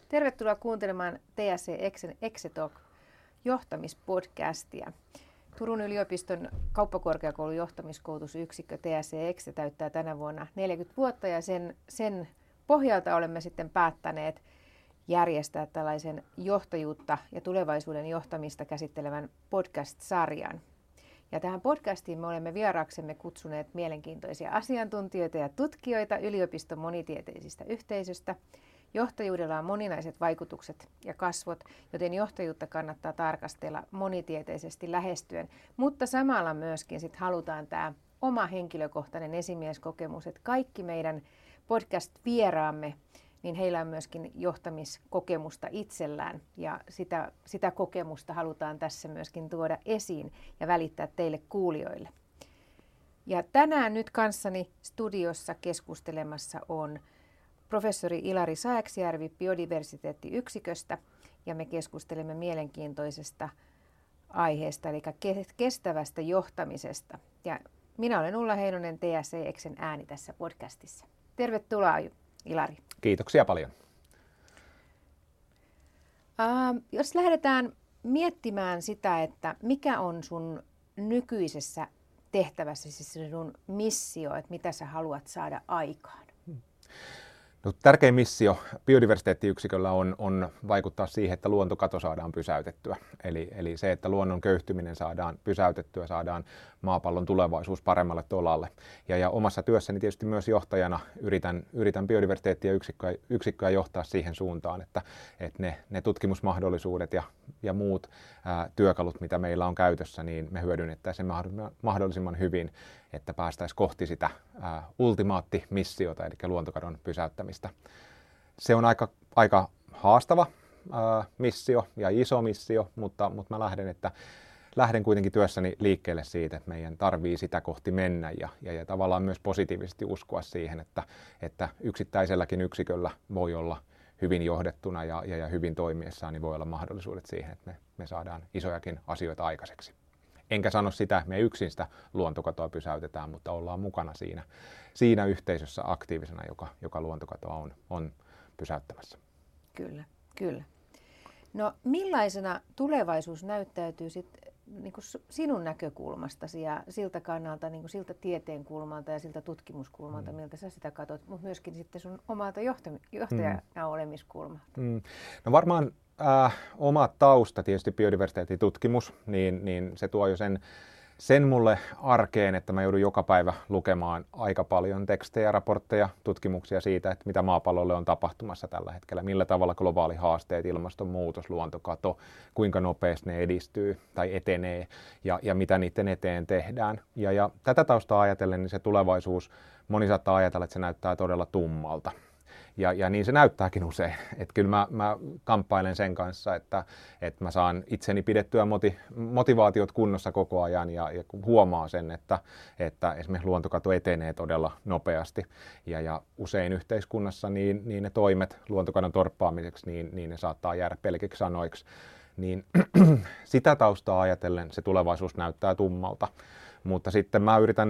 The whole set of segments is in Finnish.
Tervetuloa kuuntelemaan TSC Exetalk johtamispodcastia. Turun yliopiston kauppakorkeakoulun johtamiskoulutusyksikkö TSC Exe täyttää tänä vuonna 40 vuotta ja sen pohjalta olemme sitten päättäneet järjestää tällaisen johtajuutta ja tulevaisuuden johtamista käsittelevän podcast-sarjan. Ja tähän podcastiin me olemme vieraaksemme kutsuneet mielenkiintoisia asiantuntijoita ja tutkijoita yliopiston monitieteisistä yhteisöstä. Johtajuudella on moninaiset vaikutukset ja kasvot, joten johtajuutta kannattaa tarkastella monitieteisesti lähestyen, mutta samalla myöskin sit halutaan tämä oma henkilökohtainen esimieskokemus, että kaikki meidän podcast-vieraamme, niin heillä on myöskin johtamiskokemusta itsellään ja sitä kokemusta halutaan tässä myöskin tuoda esiin ja välittää teille kuulijoille. Ja tänään nyt kanssani studiossa keskustelemassa on professori Ilari Saeksjärvi biodiversiteettiyksiköstä ja me keskustelemme mielenkiintoisesta aiheesta eli kestävästä johtamisesta. Ja minä olen Ulla Heinonen, TSC Exen ääni tässä podcastissa. Tervetuloa Ilari. Kiitoksia paljon. Jos lähdetään miettimään sitä, että mikä on sun nykyisessä tehtävässä, siis sinun missio, että mitä sä haluat saada aikaan? No, tärkein missio biodiversiteettiyksiköllä on vaikuttaa siihen, että luontokato saadaan pysäytettyä. Eli se, että luonnon köyhtyminen saadaan pysäytettyä, saadaan maapallon tulevaisuus paremmalle tolalle. Ja omassa työssäni tietysti myös johtajana yritän biodiversiteettiyksikköä johtaa siihen suuntaan, että ne tutkimusmahdollisuudet ja muut työkalut, mitä meillä on käytössä, niin me hyödynnettäisiin mahdollisimman hyvin, että päästäisiin kohti sitä ultimaattimissiota, eli luontokadon pysäyttämistä. Se on aika haastava missio ja iso missio, mutta mä lähden kuitenkin työssäni liikkeelle siitä, että meidän tarvii sitä kohti mennä ja tavallaan myös positiivisesti uskoa siihen, että yksittäiselläkin yksiköllä voi olla hyvin johdettuna ja hyvin toimiessaan, niin voi olla mahdollisuudet siihen, että me saadaan isojakin asioita aikaiseksi. Enkä sano sitä, että me yksin sitä luontokatoa pysäytetään, mutta ollaan mukana siinä yhteisössä aktiivisena, joka luontokatoa on pysäyttämässä. Kyllä. No millaisena tulevaisuus näyttäytyy sit, niin kuin sinun näkökulmastasi ja siltä kannalta, niin kuin siltä tieteen kulmalta ja siltä tutkimuskulmalta, miltä sä sitä katsot, mutta myöskin sitten sun omalta johtajana olemiskulmalta? No varmaan oma tausta, tietysti biodiversiteettitutkimus, niin se tuo jo sen mulle arkeen, että mä joudun joka päivä lukemaan aika paljon tekstejä, raportteja, tutkimuksia siitä, että mitä maapallolle on tapahtumassa tällä hetkellä, millä tavalla globaali haasteet, ilmastonmuutos, luontokato, kuinka nopeasti ne edistyy tai etenee ja mitä niiden eteen tehdään. Ja tätä taustaa ajatellen, niin se tulevaisuus, moni saattaa ajatella, että se näyttää todella tummalta. Ja niin se näyttääkin usein. Että kyllä mä kamppailen sen kanssa, että mä saan itseni pidettyä motivaatiot kunnossa koko ajan ja huomaa sen, että esimerkiksi luontokato etenee todella nopeasti. Ja usein yhteiskunnassa niin ne toimet luontokadon torppaamiseksi, niin ne saattaa jäädä pelkiksi sanoiksi. Niin sitä taustaa ajatellen se tulevaisuus näyttää tummalta. Mutta sitten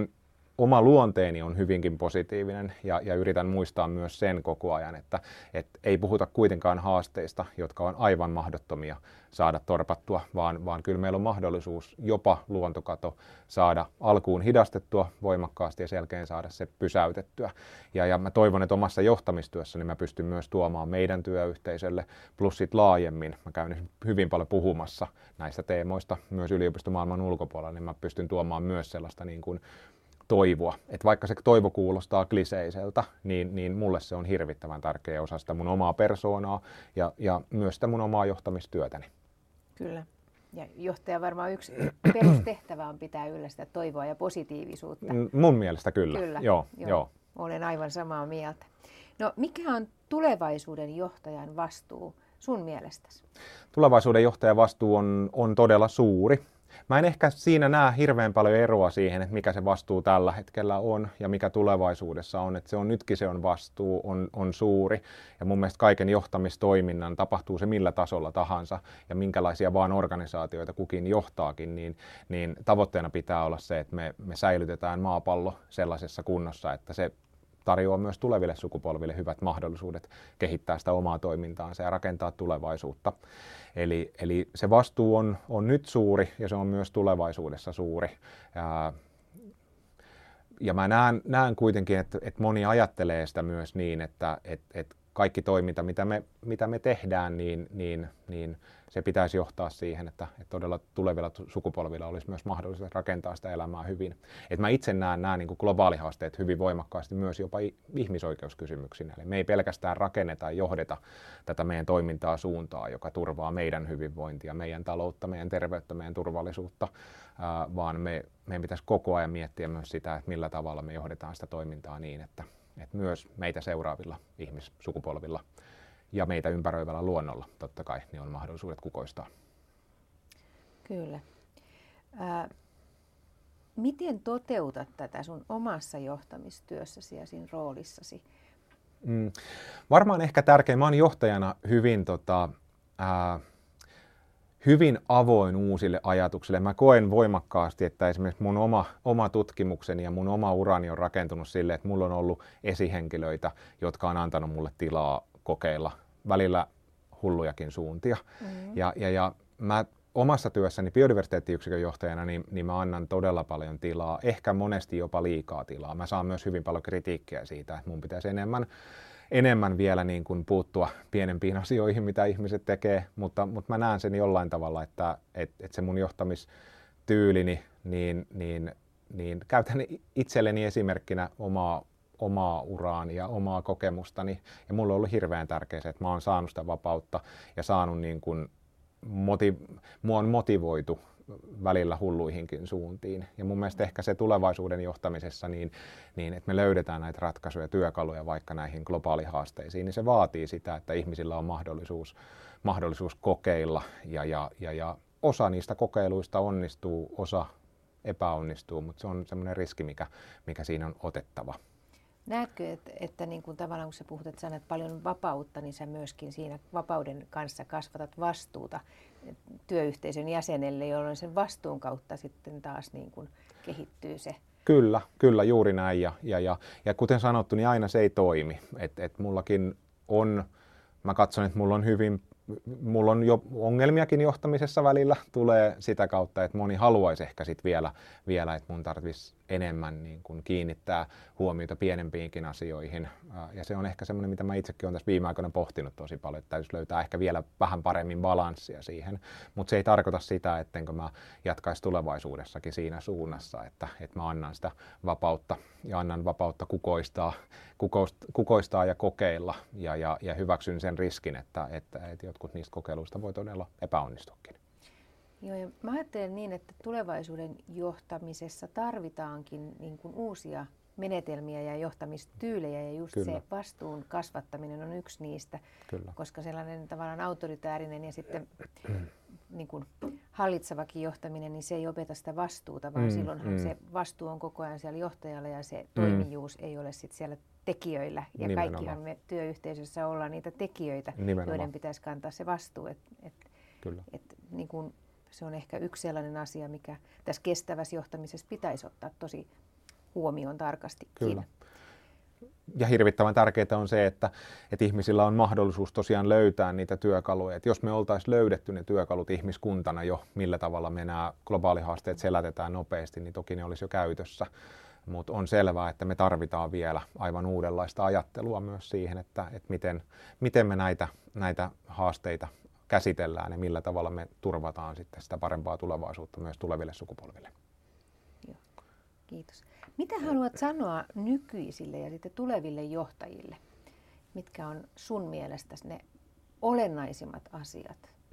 oma luonteeni on hyvinkin positiivinen ja yritän muistaa myös sen koko ajan, että ei puhuta kuitenkaan haasteista, jotka on aivan mahdottomia saada torpattua, vaan kyllä meillä on mahdollisuus jopa luontokato saada alkuun hidastettua voimakkaasti ja selkeän saada se pysäytettyä. Ja mä toivon, että omassa johtamistyössäni mä pystyn myös tuomaan meidän työyhteisölle plus sit laajemmin. Mä käyn hyvin paljon puhumassa näistä teemoista myös yliopistomaailman ulkopuolella, niin mä pystyn tuomaan myös sellaista niin kuin toivoa. Että vaikka se toivo kuulostaa kliseiseltä, niin mulle se on hirvittävän tärkeä osa sitä mun omaa persoonaa ja myös sitä mun omaa johtamistyötäni. Kyllä. Ja johtaja varmaan yksi perustehtävä on pitää yllä sitä toivoa ja positiivisuutta. Mun mielestä kyllä. Joo. Olen aivan samaa mieltä. No mikä on tulevaisuuden johtajan vastuu sun mielestäsi? Tulevaisuuden johtajan vastuu on todella suuri. Mä en ehkä siinä näe hirveän paljon eroa siihen, että mikä se vastuu tällä hetkellä on ja mikä tulevaisuudessa on. Että nytkin se on vastuu, on suuri. Ja mun mielestä kaiken johtamistoiminnan, tapahtuu se millä tasolla tahansa ja minkälaisia vaan organisaatioita kukin johtaakin, niin tavoitteena pitää olla se, että me säilytetään maapallo sellaisessa kunnossa, että se tarjoaa myös tuleville sukupolville hyvät mahdollisuudet kehittää sitä omaa toimintaansa ja rakentaa tulevaisuutta. Eli se vastuu on nyt suuri ja se on myös tulevaisuudessa suuri. Ja mä näen kuitenkin, että moni ajattelee sitä myös niin, että kaikki toiminta, mitä me tehdään, niin se pitäisi johtaa siihen, että todella tulevilla sukupolvilla olisi myös mahdollisuus rakentaa sitä elämää hyvin. Et mä itse näen nämä niin kuin globaalihaasteet hyvin voimakkaasti myös jopa ihmisoikeuskysymyksinä. Eli me ei pelkästään rakenneta ja johdeta tätä meidän toimintaa suuntaa, joka turvaa meidän hyvinvointia, meidän taloutta, meidän terveyttä, meidän turvallisuutta, vaan meidän pitäisi koko ajan miettiä myös sitä, että millä tavalla me johdetaan sitä toimintaa niin, että myös meitä seuraavilla ihmissukupolvilla ja meitä ympäröivällä luonnolla totta kai niin on mahdollisuudet kukoistaa. Kyllä. Miten toteutat tätä sun omassa johtamistyössäsi ja siinä roolissasi? Varmaan ehkä tärkein, mä oon johtajana hyvin avoin uusille ajatuksille. Mä koen voimakkaasti, että esimerkiksi mun oma tutkimukseni ja mun oma urani on rakentunut sille, että mulla on ollut esihenkilöitä, jotka on antanut mulle tilaa kokeilla välillä hullujakin suuntia. Ja mä omassa työssäni biodiversiteettiyksikön johtajana, niin mä annan todella paljon tilaa, ehkä monesti jopa liikaa tilaa. Mä saan myös hyvin paljon kritiikkiä siitä, että mun pitäisi enemmän vielä niin kuin puuttua pienempiin asioihin, mitä ihmiset tekee, mutta mä näen sen jollain tavalla, että se mun johtamistyylini, niin käytän itselleni esimerkkinä omaa uraani ja omaa kokemustani, ja mulle on ollut hirveän tärkeää se, että mä oon saanut sitä vapautta ja saanut niin kuin mua on motivoitu välillä hulluihinkin suuntiin. Ja mun mielestä ehkä se tulevaisuuden johtamisessa, niin että me löydetään näitä ratkaisuja, työkaluja vaikka näihin globaalihaasteisiin, niin se vaatii sitä, että ihmisillä on mahdollisuus kokeilla. Ja osa niistä kokeiluista onnistuu, osa epäonnistuu, mutta se on semmoinen riski, mikä siinä on otettava. Näetkö, että niin kuin tavallaan kun sä puhut, että sä annat paljon vapautta, niin sä myöskin siinä vapauden kanssa kasvatat vastuuta työyhteisön jäsenelle, jolloin sen vastuun kautta sitten taas niin kuin kehittyy se? Kyllä, juuri näin. Ja kuten sanottu, niin aina se ei toimi. Et mullakin on, mä katson, että mulla on jo ongelmiakin johtamisessa välillä, tulee sitä kautta, että moni haluaisi ehkä sit vielä, että mun tarvitsisi enemmän niin kun kiinnittää huomiota pienempiinkin asioihin. Ja se on ehkä semmoinen, mitä mä itsekin olen tässä viime aikoina pohtinut tosi paljon, että täytyisi löytää ehkä vielä vähän paremmin balanssia siihen. Mutta se ei tarkoita sitä, ettenkö mä jatkaisi tulevaisuudessakin siinä suunnassa, että mä annan sitä vapautta ja annan vapautta kukoistaa ja kokeilla ja hyväksyn sen riskin, että jotkut niistä kokeiluista voi todella epäonnistuakin. Joo, ja mä ajattelen niin, että tulevaisuuden johtamisessa tarvitaankin niin kuin uusia menetelmiä ja johtamistyylejä, ja just se vastuun kasvattaminen on yksi niistä, koska sellainen tavallaan autoritäärinen ja sitten niin kuin hallitsevakin johtaminen, niin se ei opeta sitä vastuuta, vaan silloinhan se vastuu on koko ajan siellä johtajalla ja se toimijuus ei ole sitten siellä tekijöillä. Ja nimenomaan. Kaikkihan me työyhteisössä ollaan niitä tekijöitä, joiden pitäisi kantaa se vastuu. Niin kuin se on ehkä yksi sellainen asia, mikä tässä kestävässä johtamisessa pitäisi ottaa tosi huomioon tarkastikin. Kyllä. Ja hirvittävän tärkeää on se, että ihmisillä on mahdollisuus tosiaan löytää niitä työkaluja. Et jos me oltaisiin löydetty ne työkalut ihmiskuntana jo, millä tavalla me nämä globaalihaasteet selätetään nopeasti, niin toki ne olisi jo käytössä. Mutta on selvää, että me tarvitaan vielä aivan uudenlaista ajattelua myös siihen, että miten me näitä haasteita käsitellään ja millä tavalla me turvataan sitten sitä parempaa tulevaisuutta myös tuleville sukupolville. Joo, kiitos. Mitä haluat sanoa nykyisille ja sitten tuleville johtajille? Mitkä on sun mielestäsi ne olennaisimmat asiat?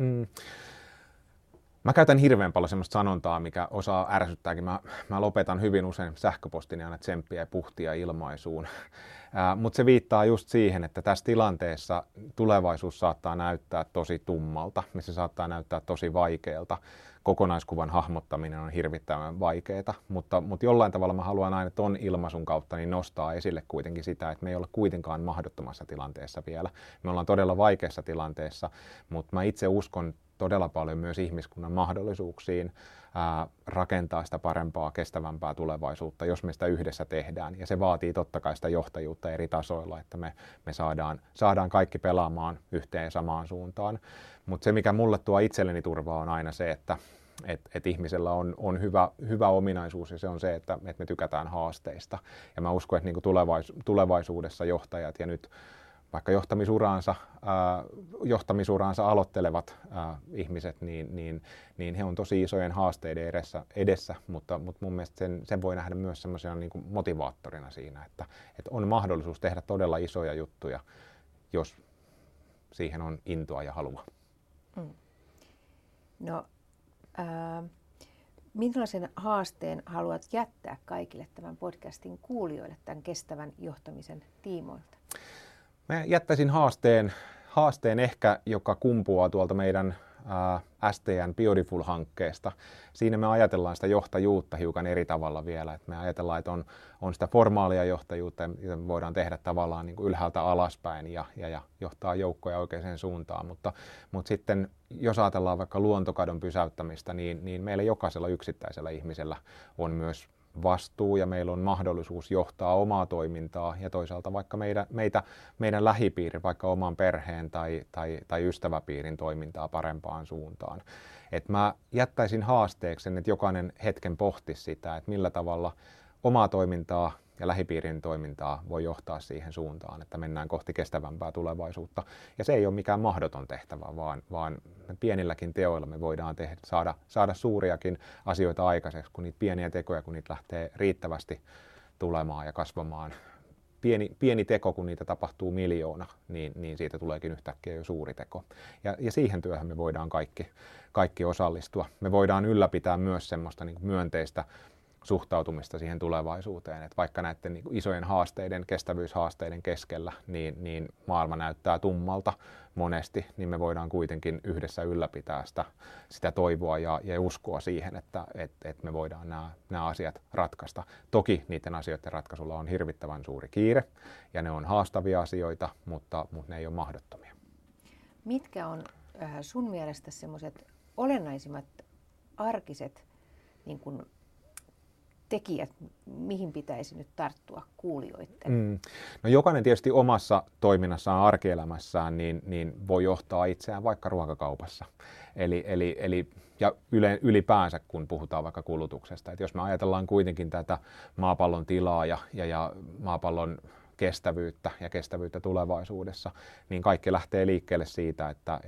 Mä käytän hirveän paljon semmoista sanontaa, mikä osaa ärsyttääkin. Mä lopetan hyvin usein sähköpostini aina tsemppiä ja puhtia ilmaisuun. Mutta se viittaa just siihen, että tässä tilanteessa tulevaisuus saattaa näyttää tosi tummalta, missä saattaa näyttää tosi vaikealta. Kokonaiskuvan hahmottaminen on hirvittävän vaikeaa, mutta jollain tavalla mä haluan aina ton ilmaisun kautta niin nostaa esille kuitenkin sitä, että me ei olla kuitenkaan mahdottomassa tilanteessa vielä. Me ollaan todella vaikeassa tilanteessa, mutta mä itse uskon todella paljon myös ihmiskunnan mahdollisuuksiin rakentaa sitä parempaa, kestävämpää tulevaisuutta, jos me sitä yhdessä tehdään. Ja se vaatii totta kai sitä johtajuutta eri tasoilla, että me saadaan kaikki pelaamaan yhteen ja samaan suuntaan. Mutta se, mikä mulle tuo itselleni turvaa, on aina se, että ihmisellä on hyvä ominaisuus, ja se on se, että me tykätään haasteista. Ja mä uskon, että niin kuin tulevaisuudessa johtajat ja nyt vaikka johtamisuransa aloittelevat ihmiset, niin he on tosi isojen haasteiden edessä, mutta mun mielestä sen voi nähdä myös semmoisena niin kuin motivaattorina siinä, että on mahdollisuus tehdä todella isoja juttuja, jos siihen on intoa ja halua. No, millaisen haasteen haluat jättää kaikille tämän podcastin kuulijoille tämän kestävän johtamisen tiimoilta? Mä jättäisin haasteen ehkä, joka kumpuaa tuolta meidän STN Beautiful-hankkeesta. Siinä me ajatellaan sitä johtajuutta hiukan eri tavalla vielä. Et me ajatellaan, että on sitä formaalia johtajuutta, jota me voidaan tehdä tavallaan niin kuin ylhäältä alaspäin ja johtaa joukkoja oikeaan suuntaan. Mutta sitten jos ajatellaan vaikka luontokadon pysäyttämistä, niin meillä jokaisella yksittäisellä ihmisellä on myös vastuu ja meillä on mahdollisuus johtaa omaa toimintaa ja toisaalta vaikka meidän lähipiirin, vaikka oman perheen tai ystäväpiirin toimintaa parempaan suuntaan. Et mä jättäisin haasteeksi, että jokainen hetken pohtisi sitä, että millä tavalla omaa toimintaa ja lähipiirin toimintaa voi johtaa siihen suuntaan, että mennään kohti kestävämpää tulevaisuutta. Ja se ei ole mikään mahdoton tehtävä, vaan pienilläkin teoilla me voidaan saada suuriakin asioita aikaiseksi, kun niitä pieniä tekoja, kun niitä lähtee riittävästi tulemaan ja kasvamaan. Pieni teko, kun niitä tapahtuu miljoona, niin siitä tuleekin yhtäkkiä jo suuri teko. Ja siihen työhön me voidaan kaikki osallistua. Me voidaan ylläpitää myös semmoista niin kuin myönteistä suhtautumista siihen tulevaisuuteen, että vaikka näiden niin kuin isojen haasteiden, kestävyyshaasteiden keskellä, niin maailma näyttää tummalta monesti, niin me voidaan kuitenkin yhdessä ylläpitää sitä toivoa ja uskoa siihen, että me voidaan nämä asiat ratkaista. Toki niiden asioiden ratkaisulla on hirvittävän suuri kiire, ja ne on haastavia asioita, mutta ne ei ole mahdottomia. Mitkä on sun mielestä semmoiset olennaisimmat arkiset niin kun tekijät, mihin pitäisi nyt tarttua kuulijoiden? No jokainen tietysti omassa toiminnassaan, arkielämässään, niin voi johtaa itseään vaikka ruokakaupassa. Ja ylipäänsä, kun puhutaan vaikka kulutuksesta. Et jos me ajatellaan kuitenkin tätä maapallon tilaa ja maapallon kestävyyttä ja kestävyyttä tulevaisuudessa, niin kaikki lähtee liikkeelle siitä, että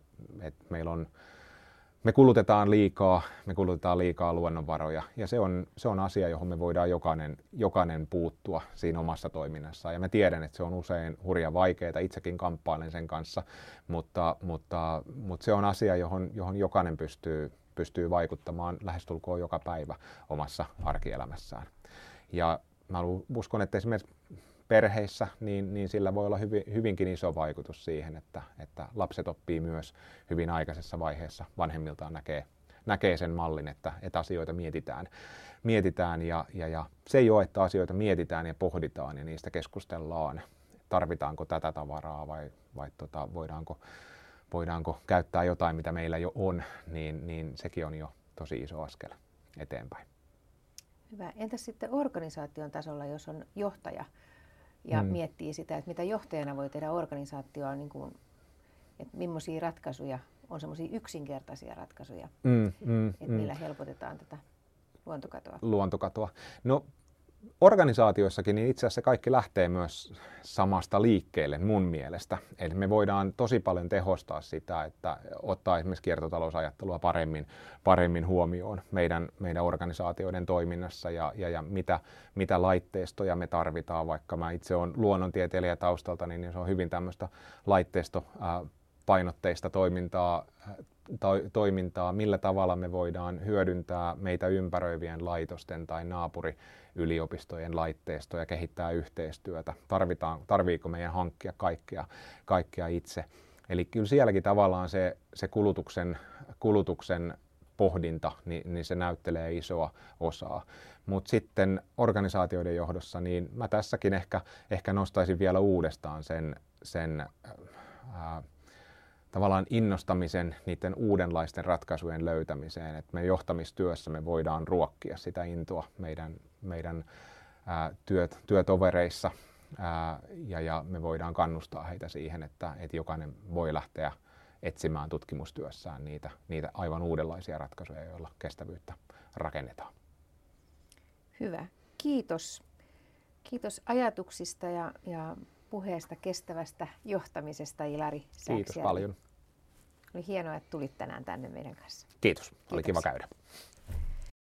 me kulutetaan liikaa luonnonvaroja, ja se on asia, johon me voidaan jokainen puuttua siinä omassa toiminnassaan. Ja mä tiedän, että se on usein hurja vaikeaa, itsekin kamppailen sen kanssa, mutta se on asia, johon jokainen pystyy vaikuttamaan lähestulkoon joka päivä omassa arkielämässään. Ja mä uskon, että esimerkiksi perheissä, niin sillä voi olla hyvinkin iso vaikutus siihen, että lapset oppii myös hyvin aikaisessa vaiheessa vanhemmiltaan näkee sen mallin, että asioita mietitään ja se ei ole, että asioita mietitään ja pohditaan ja niistä keskustellaan, tarvitaanko tätä tavaraa vai voidaanko käyttää jotain, mitä meillä jo on, niin sekin on jo tosi iso askel eteenpäin. Hyvä. Entäs sitten organisaation tasolla, jos on johtaja ja miettii sitä, että mitä johtajana voi tehdä organisaatioon, niin kuin, että millaisia ratkaisuja on semmoisia yksinkertaisia ratkaisuja, että millä helpotetaan tätä luontokatoa. No organisaatioissakin niin itse asiassa kaikki lähtee myös samasta liikkeelle mun mielestä. Eli me voidaan tosi paljon tehostaa sitä, että ottaa esimerkiksi kiertotalousajattelua paremmin huomioon meidän organisaatioiden toiminnassa ja mitä laitteistoja me tarvitaan. Vaikka mä itse olen luonnontieteilijä taustalta, niin se on hyvin tämmöistä laitteistopainotteista toimintaa, millä tavalla me voidaan hyödyntää meitä ympäröivien laitosten tai naapuriyliopistojen laitteistoja, kehittää yhteistyötä, tarviiko meidän hankkia kaikkea itse. Eli kyllä sielläkin tavallaan se kulutuksen pohdinta, niin se näyttelee isoa osaa. Mutta sitten organisaatioiden johdossa, niin mä tässäkin ehkä nostaisin vielä uudestaan sen tavallaan innostamisen niiden uudenlaisten ratkaisujen löytämiseen, että me johtamistyössä me voidaan ruokkia sitä intoa meidän työtovereissa ja me voidaan kannustaa heitä siihen, että jokainen voi lähteä etsimään tutkimustyössään niitä aivan uudenlaisia ratkaisuja, joilla kestävyyttä rakennetaan. Hyvä. Kiitos. Kiitos ajatuksista ja puheesta kestävästä johtamisesta, Ilari Säksijärvi. Kiitos paljon. Oli hienoa, että tulit tänään tänne meidän kanssa. Kiitos. Oli kiva käydä.